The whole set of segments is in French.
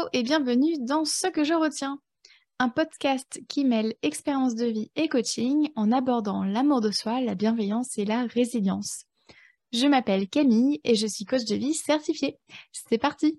Hello et bienvenue dans Ce que je retiens, un podcast qui mêle expérience de vie et coaching en abordant l'amour de soi, la bienveillance et la résilience. Je m'appelle Camille et je suis coach de vie certifiée. C'est parti!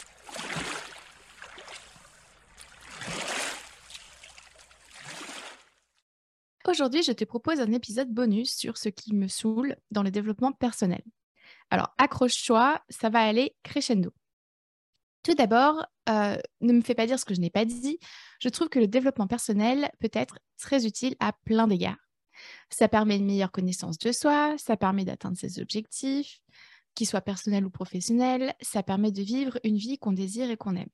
Aujourd'hui, je te propose un épisode bonus sur ce qui me saoule dans le développement personnel. Alors accroche-toi, ça va aller crescendo. Tout d'abord, ne me fais pas dire ce que je n'ai pas dit. Je trouve que le développement personnel peut être très utile à plein d'égards. Ça permet une meilleure connaissance de soi, ça permet d'atteindre ses objectifs, qu'ils soient personnels ou professionnels, ça permet de vivre une vie qu'on désire et qu'on aime.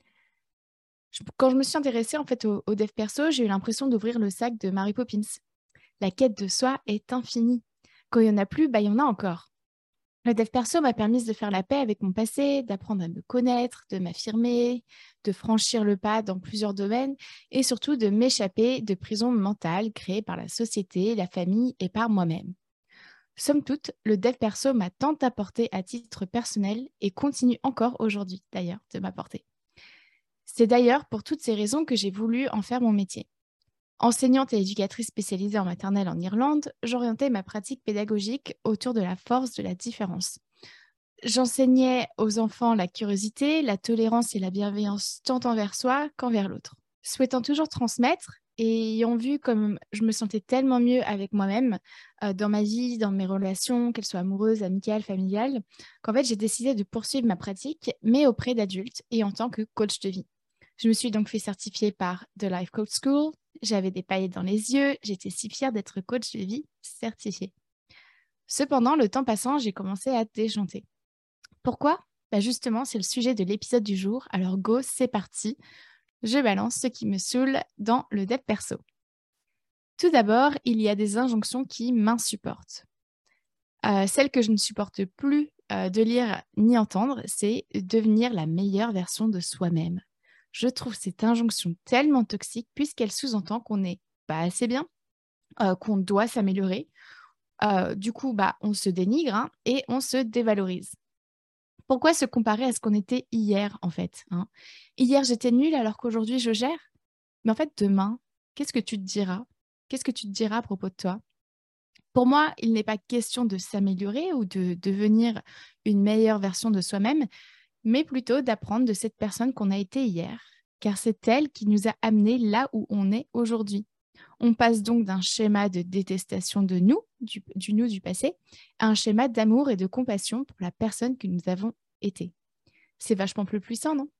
Quand je me suis intéressée en fait au dev perso, j'ai eu l'impression d'ouvrir le sac de Mary Poppins. La quête de soi est infinie. Quand il n'y en a plus, il y en a encore. Le dev perso m'a permis de faire la paix avec mon passé, d'apprendre à me connaître, de m'affirmer, de franchir le pas dans plusieurs domaines et surtout de m'échapper de prisons mentales créées par la société, la famille et par moi-même. Somme toute, le dev perso m'a tant apporté à titre personnel et continue encore aujourd'hui d'ailleurs de m'apporter. C'est d'ailleurs pour toutes ces raisons que j'ai voulu en faire mon métier. Enseignante et éducatrice spécialisée en maternelle en Irlande, j'orientais ma pratique pédagogique autour de la force de la différence. J'enseignais aux enfants la curiosité, la tolérance et la bienveillance tant envers soi qu'envers l'autre. Souhaitant toujours transmettre et ayant vu comme je me sentais tellement mieux avec moi-même dans ma vie, dans mes relations, qu'elles soient amoureuses, amicales, familiales, qu'en fait j'ai décidé de poursuivre ma pratique, mais auprès d'adultes et en tant que coach de vie. Je me suis donc fait certifier par The Life Coach School. J'avais des paillettes dans les yeux. J'étais si fière d'être coach de vie certifiée. Cependant, le temps passant, j'ai commencé à déchanter. Pourquoi? Justement, c'est le sujet de l'épisode du jour. Alors go, c'est parti. Je balance ce qui me saoule dans le dev perso. Tout d'abord, il y a des injonctions qui m'insupportent. Celle que je ne supporte plus de lire ni entendre, c'est devenir la meilleure version de soi-même. Je trouve cette injonction tellement toxique puisqu'elle sous-entend qu'on n'est pas assez bien, qu'on doit s'améliorer. Du coup, on se dénigre et on se dévalorise. Pourquoi se comparer à ce qu'on était hier, en fait, hein? Hier, j'étais nulle alors qu'aujourd'hui, je gère. Mais en fait, demain, qu'est-ce que tu te diras? Qu'est-ce que tu te diras à propos de toi? Pour moi, il n'est pas question de s'améliorer ou de devenir une meilleure version de soi-même, mais plutôt d'apprendre de cette personne qu'on a été hier, car c'est elle qui nous a amenés là où on est aujourd'hui. On passe donc d'un schéma de détestation de nous, du nous du passé, à un schéma d'amour et de compassion pour la personne que nous avons été. C'est vachement plus puissant, non?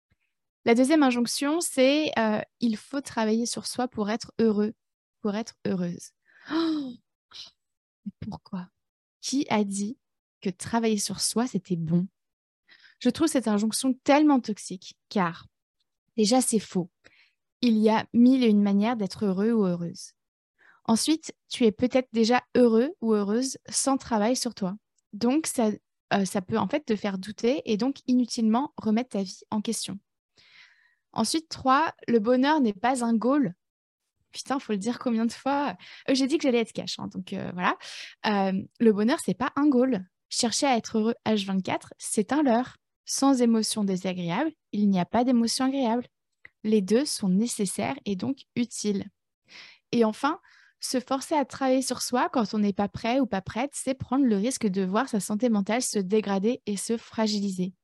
La deuxième injonction, c'est il faut travailler sur soi pour être heureux, pour être heureuse. Oh, mais pourquoi? Qui a dit que travailler sur soi, c'était bon? Je trouve cette injonction tellement toxique, car déjà, c'est faux. Il y a mille et une manières d'être heureux ou heureuse. Ensuite, tu es peut-être déjà heureux ou heureuse sans travail sur toi. Donc, ça peut en fait te faire douter et donc inutilement remettre ta vie en question. Ensuite, 3, le bonheur n'est pas un goal. Putain, faut le dire combien de fois? J'ai dit que j'allais être cash, hein, donc voilà. Le bonheur, c'est pas un goal. Chercher à être heureux H24, c'est un leurre. Sans émotion désagréable, il n'y a pas d'émotion agréable. Les deux sont nécessaires et donc utiles. Et enfin, se forcer à travailler sur soi quand on n'est pas prêt ou pas prête, c'est prendre le risque de voir sa santé mentale se dégrader et se fragiliser.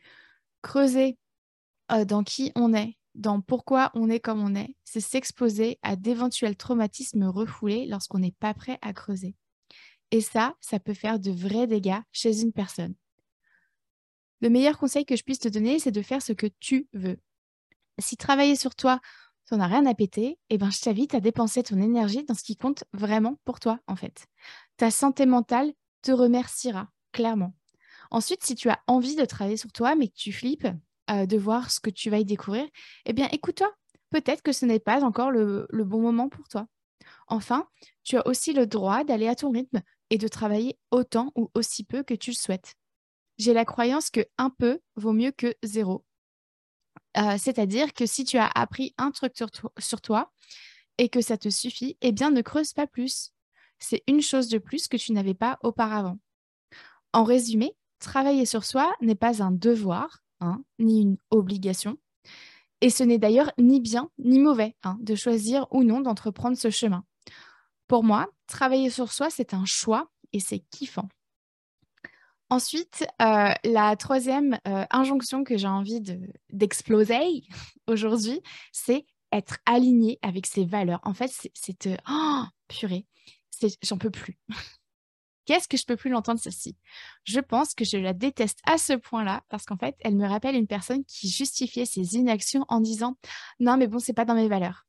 Creuser dans qui on est, dans pourquoi on est comme on est, c'est s'exposer à d'éventuels traumatismes refoulés lorsqu'on n'est pas prêt à creuser. Et ça peut faire de vrais dégâts chez une personne. Le meilleur conseil que je puisse te donner, c'est de faire ce que tu veux. Si travailler sur toi, ça n'a rien à péter, je t'invite à dépenser ton énergie dans ce qui compte vraiment pour toi, en fait. Ta santé mentale te remerciera, clairement. Ensuite, si tu as envie de travailler sur toi, mais que tu flippes de voir ce que tu vas y découvrir, écoute-toi. Peut-être que ce n'est pas encore le bon moment pour toi. Enfin, tu as aussi le droit d'aller à ton rythme et de travailler autant ou aussi peu que tu le souhaites. J'ai la croyance que un peu vaut mieux que zéro. C'est-à-dire que si tu as appris un truc sur toi et que ça te suffit, ne creuse pas plus. C'est une chose de plus que tu n'avais pas auparavant. En résumé, travailler sur soi n'est pas un devoir, hein, ni une obligation. Et ce n'est d'ailleurs ni bien ni mauvais hein, de choisir ou non d'entreprendre ce chemin. Pour moi, travailler sur soi, c'est un choix et c'est kiffant. Ensuite, la troisième injonction que j'ai envie d'exploser aujourd'hui, c'est être aligné avec ses valeurs. En fait, Oh, purée, j'en peux plus. Qu'est-ce que je peux plus l'entendre, celle-ci? Je pense que je la déteste à ce point-là parce qu'en fait, elle me rappelle une personne qui justifiait ses inactions en disant: «Non, mais bon, c'est pas dans mes valeurs».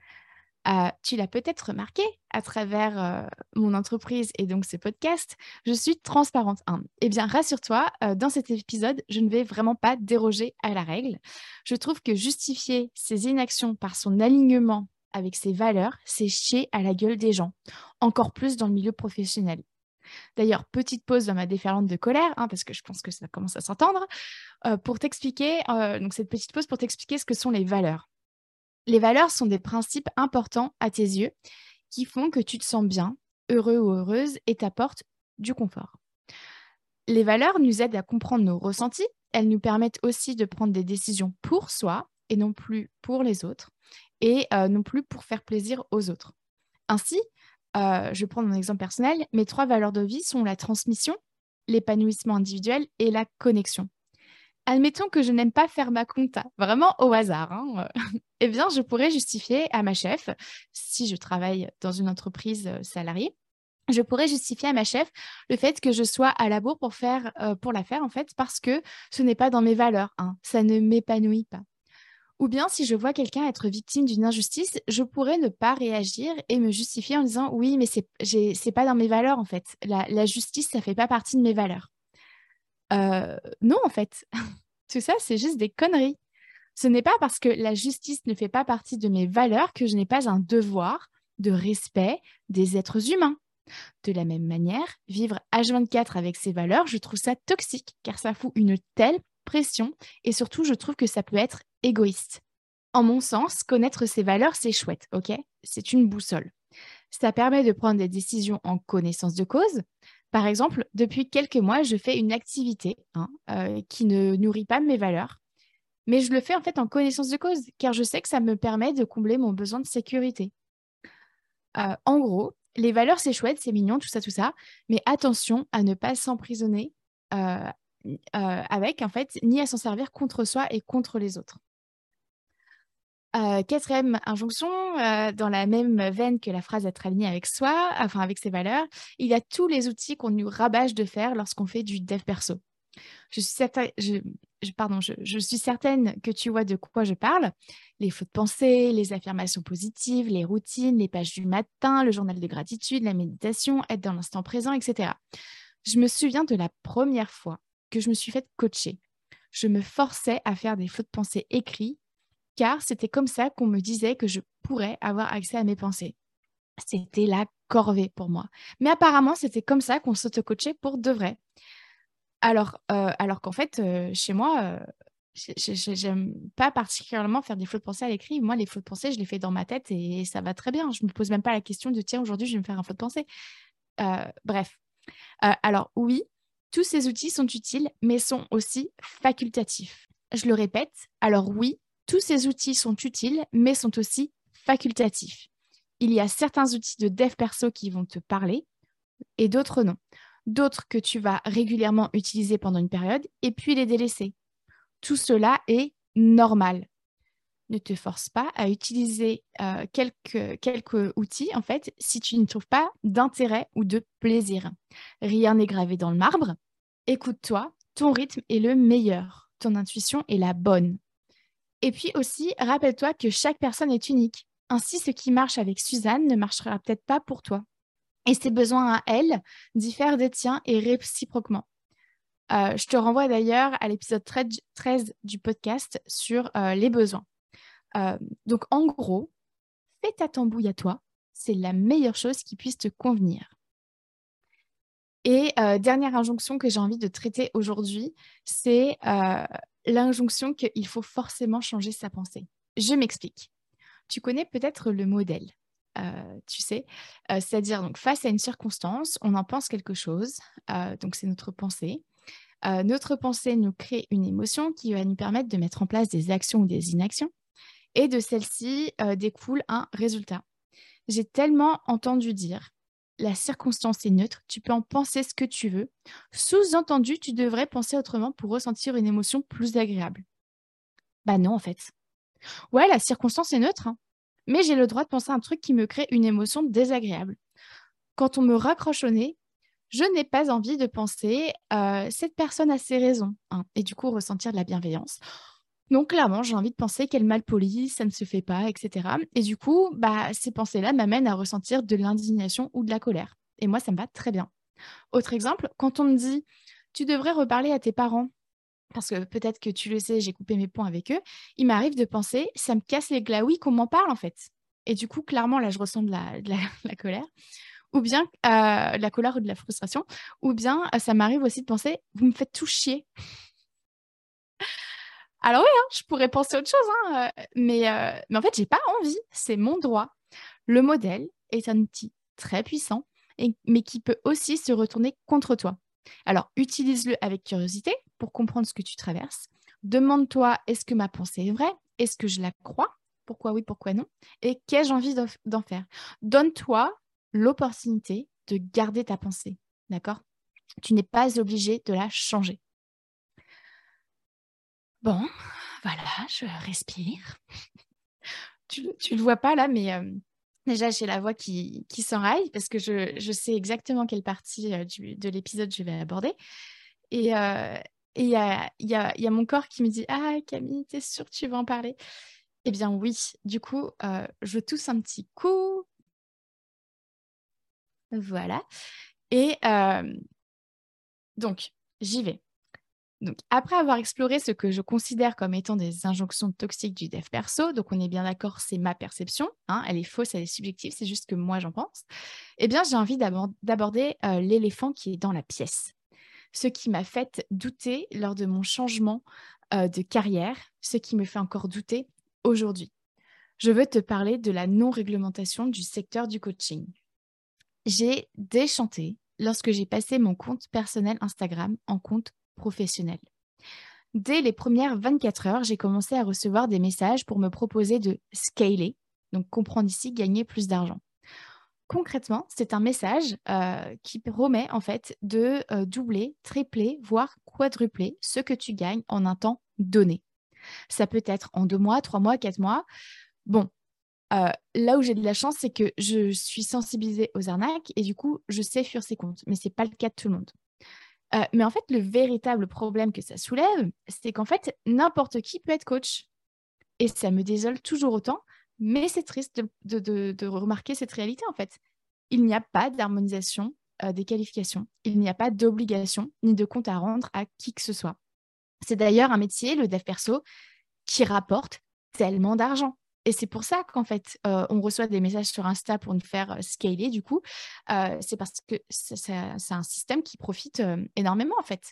Tu l'as peut-être remarqué à travers, mon entreprise et donc ce podcast, je suis transparente, hein. Eh bien, rassure-toi, dans cet épisode, je ne vais vraiment pas déroger à la règle. Je trouve que justifier ses inactions par son alignement avec ses valeurs, c'est chier à la gueule des gens, encore plus dans le milieu professionnel. D'ailleurs, petite pause dans ma déferlante de colère, hein, parce que je pense que ça commence à s'entendre, pour t'expliquer, donc cette petite pause pour t'expliquer ce que sont les valeurs. Les valeurs sont des principes importants à tes yeux qui font que tu te sens bien, heureux ou heureuse et t'apportent du confort. Les valeurs nous aident à comprendre nos ressentis. Elles nous permettent aussi de prendre des décisions pour soi et non plus pour les autres et non plus pour faire plaisir aux autres. Ainsi, je vais prendre mon exemple personnel, mes 3 valeurs de vie sont la transmission, l'épanouissement individuel et la connexion. Admettons que je n'aime pas faire ma compta, vraiment au hasard, hein, eh bien, je pourrais justifier à ma chef, si je travaille dans une entreprise, salariée, je pourrais justifier à ma chef le fait que je sois à la bourre pour la faire, en fait, parce que ce n'est pas dans mes valeurs, hein, ça ne m'épanouit pas. Ou bien si je vois quelqu'un être victime d'une injustice, je pourrais ne pas réagir et me justifier en disant: «Oui, mais c'est pas dans mes valeurs, en fait. La justice, ça fait pas partie de mes valeurs». Non, en fait. Tout ça, c'est juste des conneries. Ce n'est pas parce que la justice ne fait pas partie de mes valeurs que je n'ai pas un devoir de respect des êtres humains. De la même manière, vivre H24 avec ces valeurs, je trouve ça toxique car ça fout une telle pression et surtout, je trouve que ça peut être égoïste. En mon sens, connaître ses valeurs, c'est chouette, ok? C'est une boussole. Ça permet de prendre des décisions en connaissance de cause. Par exemple, depuis quelques mois, je fais une activité hein, qui ne nourrit pas mes valeurs, mais je le fais en fait en connaissance de cause, car je sais que ça me permet de combler mon besoin de sécurité. En gros, les valeurs, c'est chouette, c'est mignon, tout ça, mais attention à ne pas s'emprisonner avec, en fait, ni à s'en servir contre soi et contre les autres. 4e injonction, dans la même veine que la phrase «être aligné avec soi», enfin avec ses valeurs, il y a tous les outils qu'on nous rabâche de faire lorsqu'on fait du dev perso. Je suis certain je suis certaine que tu vois de quoi je parle. Les feux de pensée, les affirmations positives, les routines, les pages du matin, le journal de gratitude, la méditation, être dans l'instant présent, et cetera. Je me souviens de la première fois que je me suis faite coacher. Je me forçais à faire des feux de pensée écrits car c'était comme ça qu'on me disait que je pourrais avoir accès à mes pensées. C'était la corvée pour moi. Mais apparemment, c'était comme ça qu'on s'auto-coachait pour de vrai. Alors qu'en fait, chez moi, j'aime pas particulièrement faire des flots de pensée à l'écrit. Moi, les flots de pensée, je les fais dans ma tête et ça va très bien. Je me pose même pas la question de: «Tiens, aujourd'hui, je vais me faire un flot de pensée». Bref. Alors oui, tous ces outils sont utiles, mais sont aussi facultatifs. Je le répète, alors oui, tous ces outils sont utiles, mais sont aussi facultatifs. Il y a certains outils de dev perso qui vont te parler et d'autres non. D'autres que tu vas régulièrement utiliser pendant une période et puis les délaisser. Tout cela est normal. Ne te force pas à utiliser quelques outils, en fait, si tu ne trouves pas d'intérêt ou de plaisir. Rien n'est gravé dans le marbre. Écoute-toi, ton rythme est le meilleur. Ton intuition est la bonne. Et puis aussi, rappelle-toi que chaque personne est unique. Ainsi, ce qui marche avec Suzanne ne marchera peut-être pas pour toi. Et ses besoins à elle diffèrent des tiens et réciproquement. Je te renvoie d'ailleurs à l'épisode 13 du podcast sur les besoins. Donc, en gros, fais ta tambouille à toi. C'est la meilleure chose qui puisse te convenir. Et dernière injonction que j'ai envie de traiter aujourd'hui, c'est l'injonction qu'il faut forcément changer sa pensée. Je m'explique. Tu connais peut-être le modèle, tu sais, c'est-à-dire donc face à une circonstance, on en pense quelque chose, donc c'est notre pensée. Notre pensée nous crée une émotion qui va nous permettre de mettre en place des actions ou des inactions. Et de celle-ci découle un résultat. J'ai tellement entendu dire, la circonstance est neutre, tu peux en penser ce que tu veux. Sous-entendu, tu devrais penser autrement pour ressentir une émotion plus agréable. Bah non, en fait. Ouais, la circonstance est neutre, hein, mais j'ai le droit de penser à un truc qui me crée une émotion désagréable. Quand on me raccroche au nez, je n'ai pas envie de penser cette personne a ses raisons, hein, et du coup ressentir de la bienveillance. Donc clairement, j'ai envie de penser qu'elle est mal polie, ça ne se fait pas, etc. Et du coup, bah, ces pensées-là m'amènent à ressentir de l'indignation ou de la colère. Et moi, ça me va très bien. Autre exemple, quand on me dit tu devrais reparler à tes parents, parce que peut-être que tu le sais, j'ai coupé mes ponts avec eux, il m'arrive de penser ça me casse les glaouis qu'on m'en parle en fait. Et du coup, clairement, là, je ressens de la colère, ou bien de la colère ou de la frustration, ou bien ça m'arrive aussi de penser vous me faites tout chier. Alors oui, hein, je pourrais penser autre chose, hein, mais en fait, j'ai pas envie, c'est mon droit. Le modèle est un outil très puissant, mais qui peut aussi se retourner contre toi. Alors, utilise-le avec curiosité pour comprendre ce que tu traverses. Demande-toi, est-ce que ma pensée est vraie? Est-ce que je la crois? Pourquoi oui, pourquoi non? Et qu'ai-je envie d'en faire? Donne-toi l'opportunité de garder ta pensée, d'accord? Tu n'es pas obligé de la changer. Bon, voilà, je respire. Tu le vois pas là, mais déjà, j'ai la voix qui s'enraille parce que je sais exactement quelle partie, de l'épisode je vais aborder et il y a mon corps qui me dit: «Ah Camille, tu es sûre que tu vas en parler?» Eh bien oui, du coup, je tousse un petit coup, voilà et donc j'y vais. Donc, après avoir exploré ce que je considère comme étant des injonctions toxiques du dev perso, donc on est bien d'accord, c'est ma perception, hein, elle est fausse, elle est subjective, c'est juste que moi j'en pense, eh bien j'ai envie d'aborder l'éléphant qui est dans la pièce. Ce qui m'a fait douter lors de mon changement de carrière, ce qui me fait encore douter aujourd'hui. Je veux te parler de la non-réglementation du secteur du coaching. J'ai déchanté lorsque j'ai passé mon compte personnel Instagram en compte professionnel. Dès les premières 24 heures, j'ai commencé à recevoir des messages pour me proposer de scaler, donc comprendre ici gagner plus d'argent. Concrètement, c'est un message qui promet en fait de doubler, tripler, voire quadrupler ce que tu gagnes en un temps donné. Ça peut être en 2 mois, 3 mois, 4 mois. Bon, là où j'ai de la chance, c'est que je suis sensibilisée aux arnaques et du coup, je sais fuir ces comptes, mais ce n'est pas le cas de tout le monde. Mais en fait, le véritable problème que ça soulève, c'est qu'en fait, n'importe qui peut être coach et ça me désole toujours autant, mais c'est triste de remarquer cette réalité, en fait. Il n'y a pas d'harmonisation, des qualifications. Il n'y a pas d'obligation ni de compte à rendre à qui que ce soit. C'est d'ailleurs un métier, le dev perso, qui rapporte tellement d'argent et c'est pour ça qu'en fait, on reçoit des messages sur Insta pour nous faire, scaler du coup, c'est parce que c'est un système qui profite, énormément en fait.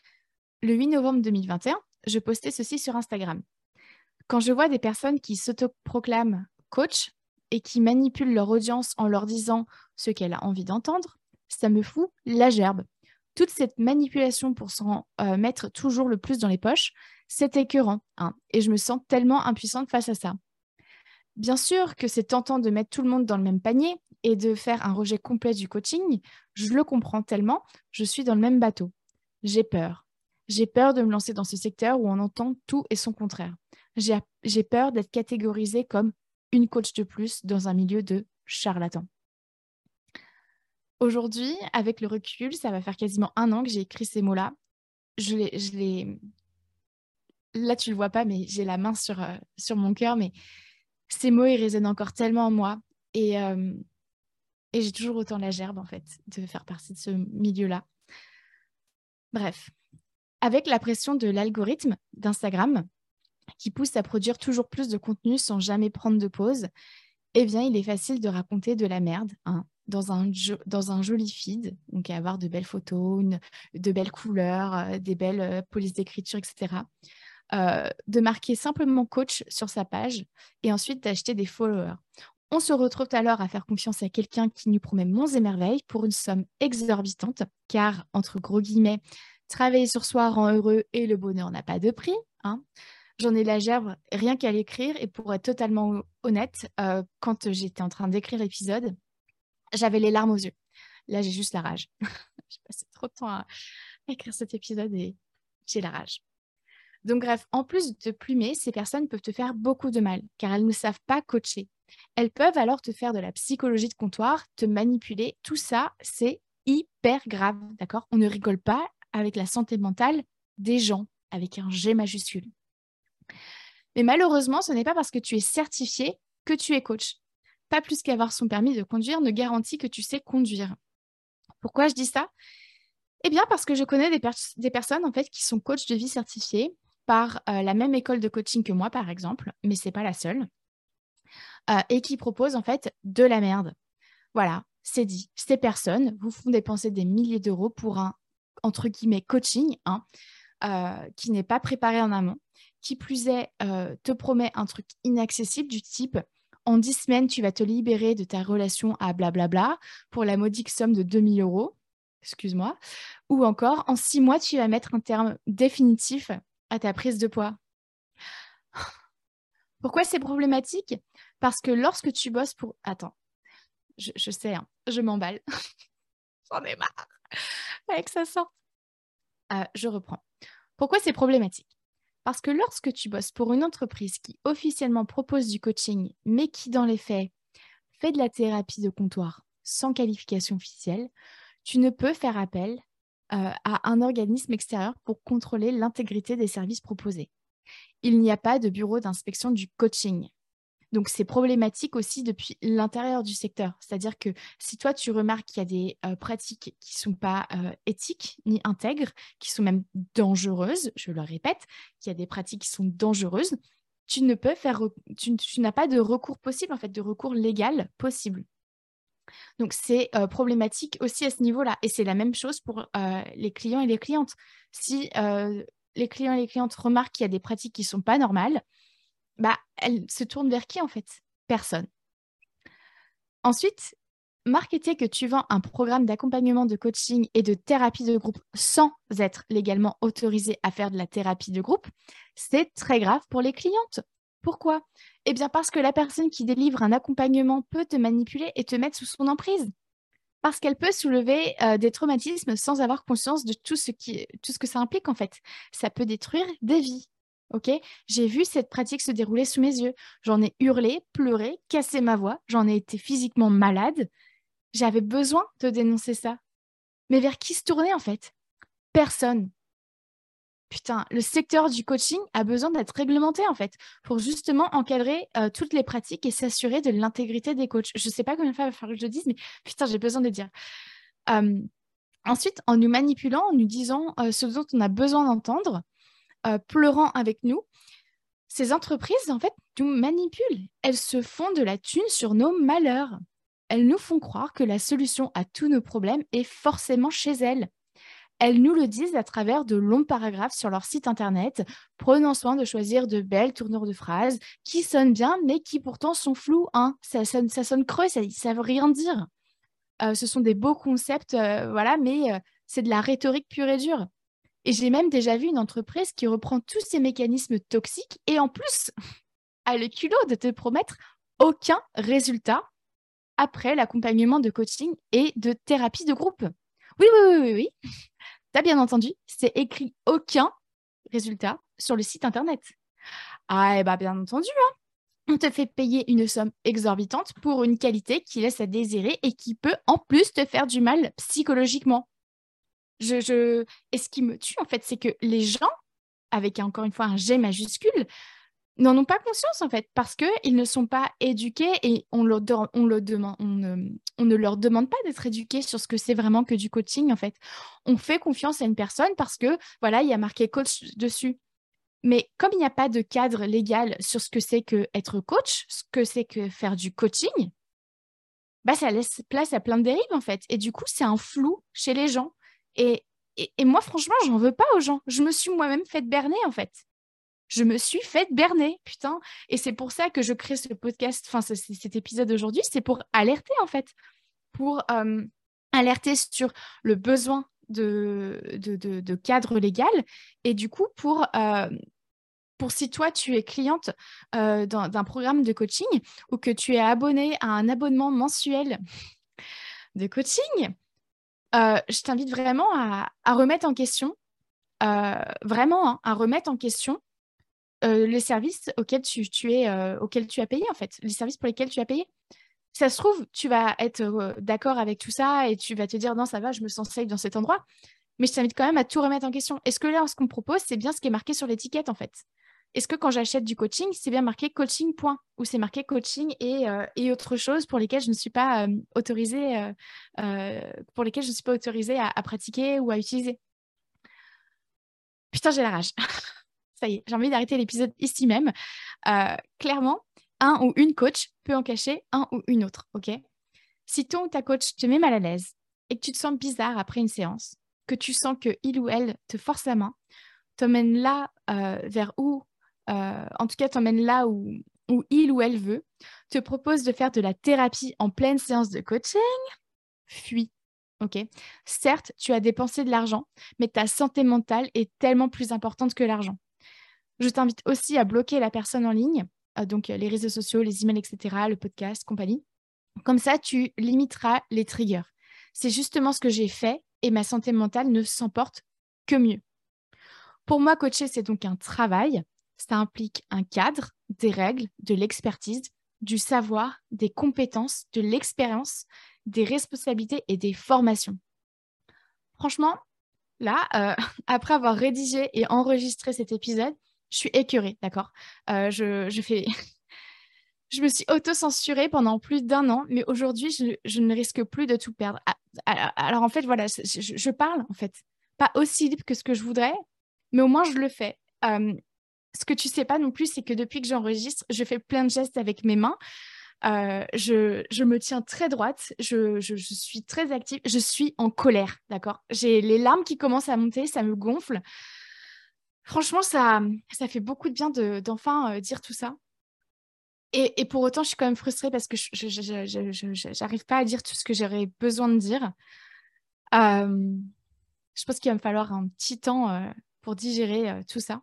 Le 8 novembre 2021, je postais ceci sur Instagram. Quand je vois des personnes qui s'autoproclament coach et qui manipulent leur audience en leur disant ce qu'elle a envie d'entendre, ça me fout la gerbe. Toute cette manipulation pour s'en mettre toujours le plus dans les poches, c'est écœurant, hein, et je me sens tellement impuissante face à ça. Bien sûr que c'est tentant de mettre tout le monde dans le même panier et de faire un rejet complet du coaching, je le comprends tellement, je suis dans le même bateau. J'ai peur. J'ai peur de me lancer dans ce secteur où on entend tout et son contraire. J'ai peur d'être catégorisée comme une coach de plus dans un milieu de charlatans. Aujourd'hui, avec le recul, ça va faire quasiment 1 an que j'ai écrit ces mots-là. Là, tu le vois pas, mais j'ai la main sur mon cœur, mais ces mots, ils résonnent encore tellement en moi. Et j'ai toujours autant la gerbe, en fait, de faire partie de ce milieu-là. Bref, avec la pression de l'algorithme d'Instagram, qui pousse à produire toujours plus de contenu sans jamais prendre de pause, eh bien, il est facile de raconter de la merde, hein, dans un joli feed, donc avoir de belles photos, de belles couleurs, des belles polices d'écriture, etc. De marquer simplement coach sur sa page et ensuite d'acheter des followers. On se retrouve alors à faire confiance à quelqu'un qui nous promet monts et merveilles pour une somme exorbitante, car, entre gros guillemets, Travailler sur soi rend heureux et le bonheur n'a pas de prix, hein. J'en ai la gerbe rien qu'à l'écrire et pour être totalement honnête, quand j'étais en train d'écrire l'épisode, j'avais les larmes aux yeux. Là, j'ai juste la rage. J'ai passé trop de temps à écrire cet épisode et j'ai la rage. Donc bref, en plus de te plumer, ces personnes peuvent te faire beaucoup de mal car elles ne savent pas coacher. Elles peuvent alors te faire de la psychologie de comptoir, te manipuler. Tout ça, c'est hyper grave, d'accord? On ne rigole pas avec la santé mentale des gens avec un G majuscule. Mais malheureusement, ce n'est pas parce que tu es certifié que tu es coach. Pas plus qu'avoir son permis de conduire ne garantit que tu sais conduire. Pourquoi je dis ça? Eh bien, parce que je connais des personnes en fait qui sont coachs de vie certifiés par la même école de coaching que moi, par exemple, mais c'est pas la seule, et qui proposent en fait de la merde. Voilà, c'est dit. Ces personnes vous font dépenser des milliers d'euros pour un, entre guillemets, coaching, hein, qui n'est pas préparé en amont, qui plus est, te promet un truc inaccessible du type en 10 semaines, tu vas te libérer de ta relation à blablabla pour la modique somme de 2000 euros, excuse-moi, ou encore en 6 mois, tu vas mettre un terme définitif à ta prise de poids. Pourquoi c'est problématique? Parce que lorsque tu bosses pour... Attends, je sais, hein, je m'emballe. J'en ai marre avec ça sort. Je reprends. Pourquoi c'est problématique? Parce que lorsque tu bosses pour une entreprise qui officiellement propose du coaching, mais qui dans les faits fait de la thérapie de comptoir sans qualification officielle, tu ne peux faire appel à un organisme extérieur pour contrôler l'intégrité des services proposés. Il n'y a pas de bureau d'inspection du coaching. Donc, c'est problématique aussi depuis l'intérieur du secteur. C'est-à-dire que si toi, tu remarques qu'il y a des pratiques qui ne sont pas éthiques ni intègres, qui sont même dangereuses, je le répète, qu'il y a des pratiques qui sont dangereuses, tu ne peux faire, tu n'as pas de recours possible, en fait, de recours légal possible. Donc, c'est problématique aussi à ce niveau-là. Et c'est la même chose pour les clients et les clientes. Si les clients et les clientes remarquent qu'il y a des pratiques qui ne sont pas normales, bah, elle se tourne vers qui en fait? Personne. Ensuite, marketer que tu vends un programme d'accompagnement de coaching et de thérapie de groupe sans être légalement autorisé à faire de la thérapie de groupe, c'est très grave pour les clientes. Pourquoi? Eh bien parce que la personne qui délivre un accompagnement peut te manipuler et te mettre sous son emprise. Parce qu'elle peut soulever des traumatismes sans avoir conscience de tout ce que ça implique en fait. Ça peut détruire des vies. Ok, j'ai vu cette pratique se dérouler sous mes yeux. J'en ai hurlé, pleuré, cassé ma voix. J'en ai été physiquement malade. J'avais besoin de dénoncer ça. Mais vers qui se tourner en fait? Personne. Putain, le secteur du coaching a besoin d'être réglementé en fait pour justement encadrer toutes les pratiques et s'assurer de l'intégrité des coachs. Je ne sais pas combien de fois il va falloir que je le dise, mais putain, j'ai besoin de le dire. Ensuite, en nous manipulant, en nous disant ce dont on a besoin d'entendre, pleurant avec nous, ces entreprises, en fait, nous manipulent. Elles se font de la thune sur nos malheurs. Elles nous font croire que la solution à tous nos problèmes est forcément chez elles. Elles nous le disent à travers de longs paragraphes sur leur site internet, prenant soin de choisir de belles tournures de phrases qui sonnent bien, mais qui pourtant sont floues. Hein. Ça sonne creux, ça ne veut rien dire. Ce sont des beaux concepts, voilà, mais c'est de la rhétorique pure et dure. Et j'ai même déjà vu une entreprise qui reprend tous ces mécanismes toxiques et en plus, a le culot de te promettre aucun résultat après l'accompagnement de coaching et de thérapie de groupe. Oui, oui, oui, oui, oui. Tu as bien entendu, c'est écrit aucun résultat sur le site internet. Ah, et bah bien entendu, hein. On te fait payer une somme exorbitante pour une qualité qui laisse à désirer et qui peut en plus te faire du mal psychologiquement. Et ce qui me tue, en fait, c'est que les gens, avec encore une fois un G majuscule, n'en ont pas conscience, en fait, parce qu'ils ne sont pas éduqués et on ne leur demande pas d'être éduqués sur ce que c'est vraiment que du coaching, en fait. On fait confiance à une personne parce que, voilà, il y a marqué coach dessus. Mais comme il n'y a pas de cadre légal sur ce que c'est que être coach, ce que c'est que faire du coaching, bah, ça laisse place à plein de dérives, en fait. Et du coup, c'est un flou chez les gens. Et moi, franchement, j'en veux pas aux gens. Je me suis moi-même faite berner, en fait. Je me suis faite berner, putain. Et c'est pour ça que je crée ce podcast, enfin, cet épisode aujourd'hui, c'est pour alerter, en fait. Pour alerter sur le besoin de cadre légal. Et du coup, pour si toi, tu es cliente d'un programme de coaching ou que tu es abonné à un abonnement mensuel de coaching, je t'invite vraiment à remettre en question, vraiment, hein, à remettre en question les services auxquels tu as payé, en fait, les services pour lesquels tu as payé. Ça se trouve, tu vas être d'accord avec tout ça et tu vas te dire, non, ça va, je me sens safe dans cet endroit. Mais je t'invite quand même à tout remettre en question. Est-ce que là, ce qu'on me propose, c'est bien ce qui est marqué sur l'étiquette, en fait? Est-ce que quand j'achète du coaching, c'est bien marqué coaching point ou c'est marqué coaching et autre chose pour lesquelles je ne suis pas autorisée, pour lesquelles je ne suis pas autorisée à pratiquer ou à utiliser? Putain, j'ai la rage. Ça y est, j'ai envie d'arrêter l'épisode ici même. Clairement, un ou une coach peut en cacher un ou une autre, ok? Si ton ou ta coach te met mal à l'aise et que tu te sens bizarre après une séance, que tu sens que il ou elle te force la main, t'emmène là vers où, en tout cas t'emmène là où il ou elle veut, te propose de faire de la thérapie en pleine séance de coaching, fuis. Ok. Certes, tu as dépensé de l'argent, mais ta santé mentale est tellement plus importante que l'argent. Je t'invite aussi à bloquer la personne en ligne, donc les réseaux sociaux, les emails, etc., le podcast, compagnie. Comme ça, tu limiteras les triggers. C'est justement ce que j'ai fait et ma santé mentale ne s'emporte que mieux. Pour moi, coacher, c'est donc un travail. Ça implique un cadre, des règles, de l'expertise, du savoir, des compétences, de l'expérience, des responsabilités et des formations. Franchement, là, après avoir rédigé et enregistré cet épisode, je suis écœurée, d'accord? Je fais... Je me suis auto-censurée pendant plus d'1 an, mais aujourd'hui, je ne risque plus de tout perdre. Alors, en fait, voilà, je parle, en fait, pas aussi libre que ce que je voudrais, mais au moins, je le fais. Ce que tu sais pas non plus, c'est que depuis que j'enregistre, je fais plein de gestes avec mes mains. Je me tiens très droite, je suis très active, je suis en colère, d'accord? J'ai les larmes qui commencent à monter, ça me gonfle. Franchement, ça fait beaucoup de bien d'enfin dire tout ça. Et pour autant, je suis quand même frustrée parce que je n'arrive pas à dire tout ce que j'aurais besoin de dire. Euh, je pense qu'il va me falloir un petit temps pour digérer tout ça.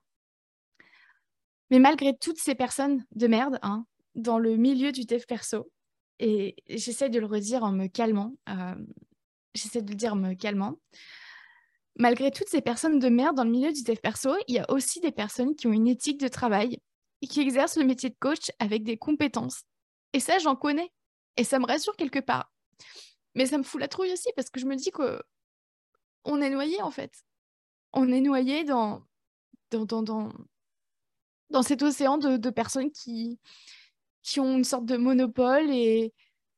Mais malgré toutes ces personnes de merde hein, dans le milieu du dev perso, et j'essaie de le redire en me calmant, j'essaie de le dire en me calmant, malgré toutes ces personnes de merde dans le milieu du dev perso, il y a aussi des personnes qui ont une éthique de travail et qui exercent le métier de coach avec des compétences. Et ça, j'en connais. Et ça me rassure quelque part. Mais ça me fout la trouille aussi parce que je me dis qu'on est noyé en fait. On est noyé dans, dans, dans, dans cet océan de personnes qui ont une sorte de monopole et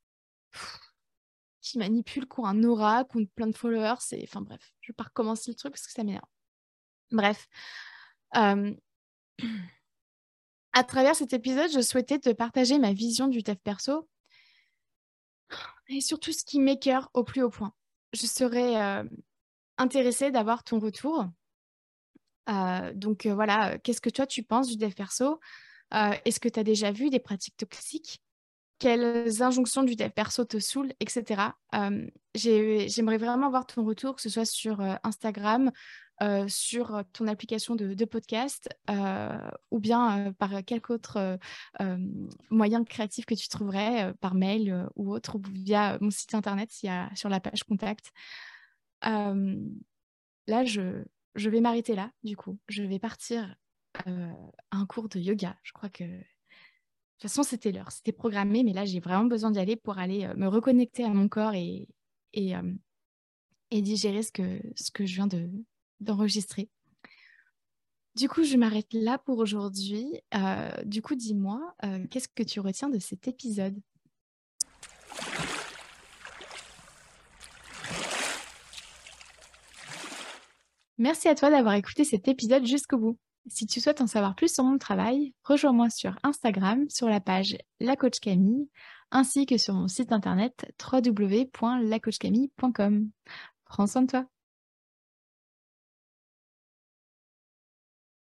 qui manipulent, qui ont un aura, qui ont plein de followers. Enfin bref, je vais pas recommencer le truc parce que ça m'énerve. Bref. Euh, À travers cet épisode, je souhaitais te partager ma vision du dev perso et surtout ce qui m'écoeure au plus haut point. Je serais intéressée d'avoir ton retour. Donc voilà, qu'est-ce que toi tu penses du dev perso? Est-ce que tu as déjà vu des pratiques toxiques? Quelles injonctions du dev perso te saoulent, etc. J'aimerais vraiment avoir ton retour, que ce soit sur Instagram, sur ton application de podcast, ou bien par quelque autre moyen créatif que tu trouverais, par mail ou autre, ou via mon site internet, s'il y a sur la page contact. Euh, Là, je vais m'arrêter là, du coup. Je vais partir à un cours de yoga. Je crois que de toute façon, c'était l'heure, c'était programmé, mais là, j'ai vraiment besoin d'y aller pour aller me reconnecter à mon corps et, euh, et digérer ce que je viens d'enregistrer. Du coup, je m'arrête là pour aujourd'hui. Du coup, dis-moi, qu'est-ce que tu retiens de cet épisode? Merci à toi d'avoir écouté cet épisode jusqu'au bout. Si tu souhaites en savoir plus sur mon travail, rejoins-moi sur Instagram sur la page La Coach Camille ainsi que sur mon site internet www.lacoachcamille.com. Prends soin de toi.